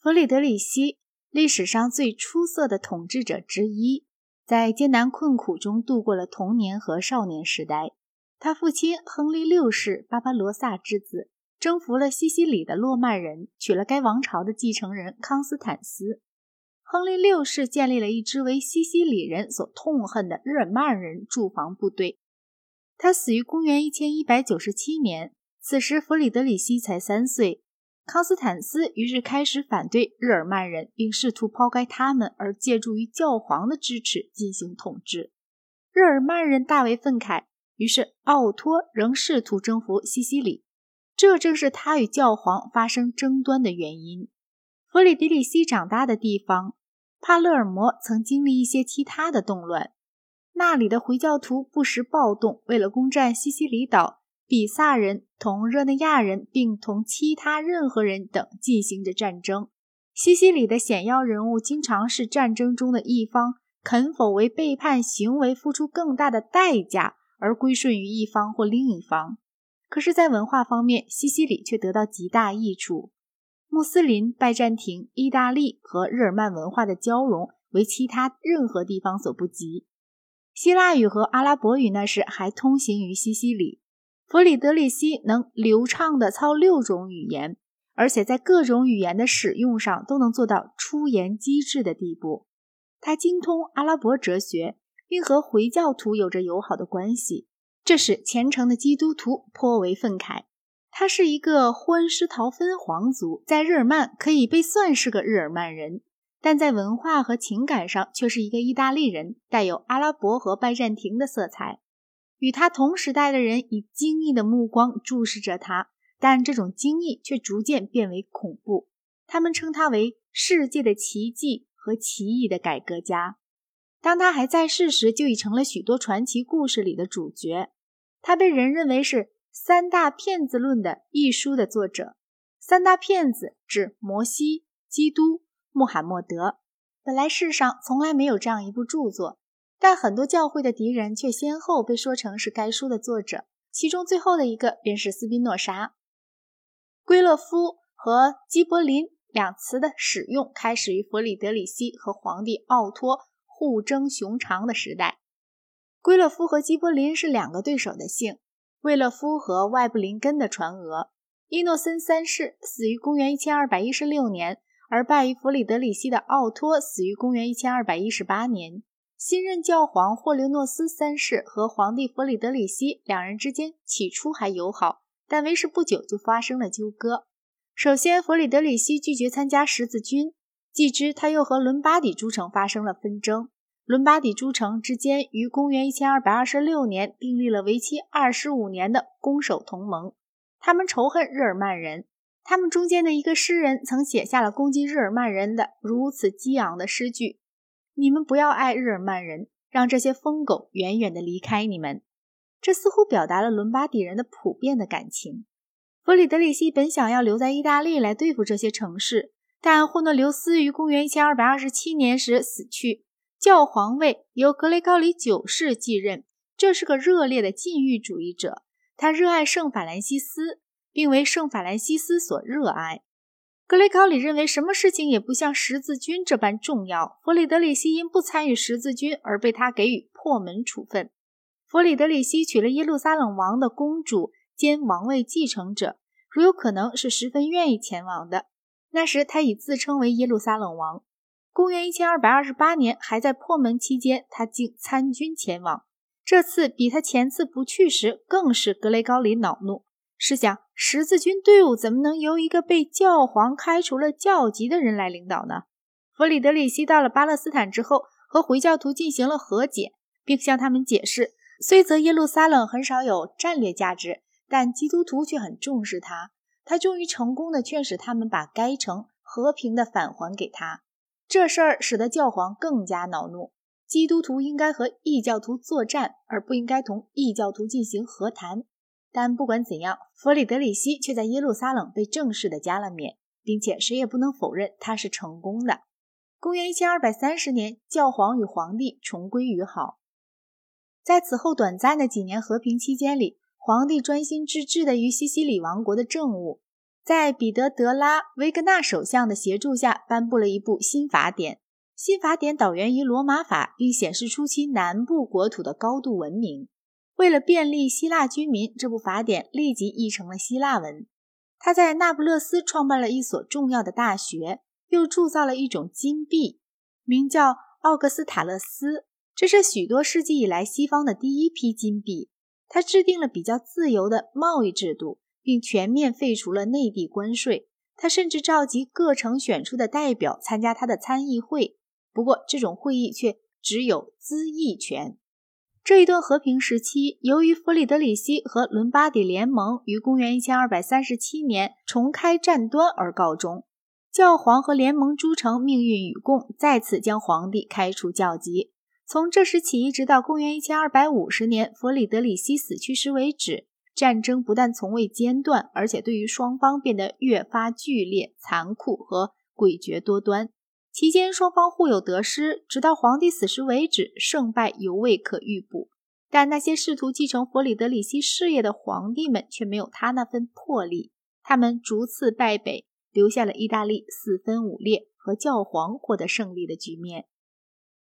弗里德里希，历史上最出色的统治者之一，在艰难困苦中度过了童年和少年时代。他父亲亨利六世巴巴罗萨之子，征服了西西里的诺曼人，娶了该王朝的继承人康斯坦斯。亨利六世建立了一支为西西里人所痛恨的日耳曼人驻防部队。他死于公元1197年，此时弗里德里希才3岁。康斯坦斯于是开始反对日耳曼人，并试图抛开他们，而借助于教皇的支持进行统治。日耳曼人大为愤慨，于是奥托仍试图征服西西里，这正是他与教皇发生争端的原因。弗里德里希长大的地方帕勒尔摩曾经历一些其他的动乱，那里的回教徒不时暴动，为了攻占西西里岛，比萨人同热内亚人并同其他任何人等进行着战争。西西里的显要人物经常是战争中的一方肯否为背叛行为付出更大的代价而归顺于一方或另一方。可是在文化方面，西西里却得到极大益处。穆斯林、拜占庭、意大利和日耳曼文化的交融为其他任何地方所不及。希腊语和阿拉伯语那时还通行于西西里。弗里德里希能流畅地操6种语言，而且在各种语言的使用上都能做到出言机智的地步。他精通阿拉伯哲学，并和回教徒有着友好的关系，这使虔诚的基督徒颇为愤慨。他是一个霍恩施陶芬皇族，在日耳曼可以被算是个日耳曼人，但在文化和情感上却是一个意大利人，带有阿拉伯和拜占庭的色彩。与他同时代的人以惊异的目光注视着他，但这种惊异却逐渐变为恐怖。他们称他为世界的奇迹和奇异的改革家。当他还在世时，就已成了许多传奇故事里的主角。他被人认为是3大骗子论的一书的作者。3大骗子指摩西、基督、穆罕默德。本来世上从来没有这样一部著作，但很多教会的敌人却先后被说成是该书的作者，其中最后的一个便是斯宾诺莎。圭勒夫和基柏林两词的使用开始于弗里德里希和皇帝奥托互争熊长的时代。圭勒夫和基柏林是2个对手的姓，维勒夫和外布林根的传俄。伊诺森3世死于公元1216年，而败于弗里德里希的奥托死于公元1218年。新任教皇霍留诺斯3世和皇帝弗里德里希两人之间起初还友好，但为时不久就发生了纠葛。首先，弗里德里希拒绝参加十字军，继之他又和伦巴底诸城发生了纷争。伦巴底诸城之间于公元1226年订立了为期25年的攻守同盟，他们仇恨日耳曼人。他们中间的一个诗人曾写下了攻击日耳曼人的如此激昂的诗句：你们不要爱日耳曼人，让这些疯狗远远地离开你们。这似乎表达了伦巴底人的普遍的感情。弗里德里希本想要留在意大利来对付这些城市，但霍诺留斯于公元1227年时死去，教皇位由格雷高里9世继任。这是个热烈的禁欲主义者，他热爱圣法兰西斯，并为圣法兰西斯所热爱。格雷高里认为什么事情也不像十字军这般重要，弗里德里希因不参与十字军而被他给予破门处分。弗里德里希娶了耶路撒冷王的公主兼王位继承者，如有可能是十分愿意前往的。那时他已自称为耶路撒冷王。公元1228年，还在破门期间，他竟参军前往。这次比他前次不去时更是格雷高里恼怒。试想，十字军队伍怎么能由一个被教皇开除了教籍的人来领导呢？弗里德里希到了巴勒斯坦之后，和回教徒进行了和解，并向他们解释，虽则耶路撒冷很少有战略价值，但基督徒却很重视它。他终于成功地劝使他们把该城和平地返还给他。这事儿使得教皇更加恼怒。基督徒应该和异教徒作战，而不应该同异教徒进行和谈。但不管怎样，弗里德里希却在耶路撒冷被正式的加了冕，并且谁也不能否认他是成功的。公元1230年，教皇与皇帝重归于好。在此后短暂的几年和平期间里，皇帝专心致志地于西西里王国的政务。 在彼得·德拉维格纳首相的协助下颁布了一部新法典。新法典导源于罗马法，并显示出其南部国土的高度文明。为了便利希腊居民，这部法典立即译成了希腊文。他在那不勒斯创办了一所重要的大学，又铸造了一种金币，名叫奥格斯塔勒斯，这是许多世纪以来西方的第一批金币。他制定了比较自由的贸易制度，并全面废除了内地关税。他甚至召集各城选出的代表参加他的参议会，不过这种会议却只有咨议权。这一段和平时期，由于弗里德里希和伦巴第联盟于公元1237年重开战端而告终。教皇和联盟诸城命运与共，再次将皇帝开除教籍。从这时起，一直到公元1250年弗里德里希死去时为止，战争不但从未间断，而且对于双方变得越发剧烈、残酷和诡谲多端。期间双方互有得失，直到皇帝死时为止，胜败犹未可预卜。但那些试图继承弗里德里希事业的皇帝们却没有他那份魄力，他们逐次败北，留下了意大利四分五裂和教皇获得胜利的局面。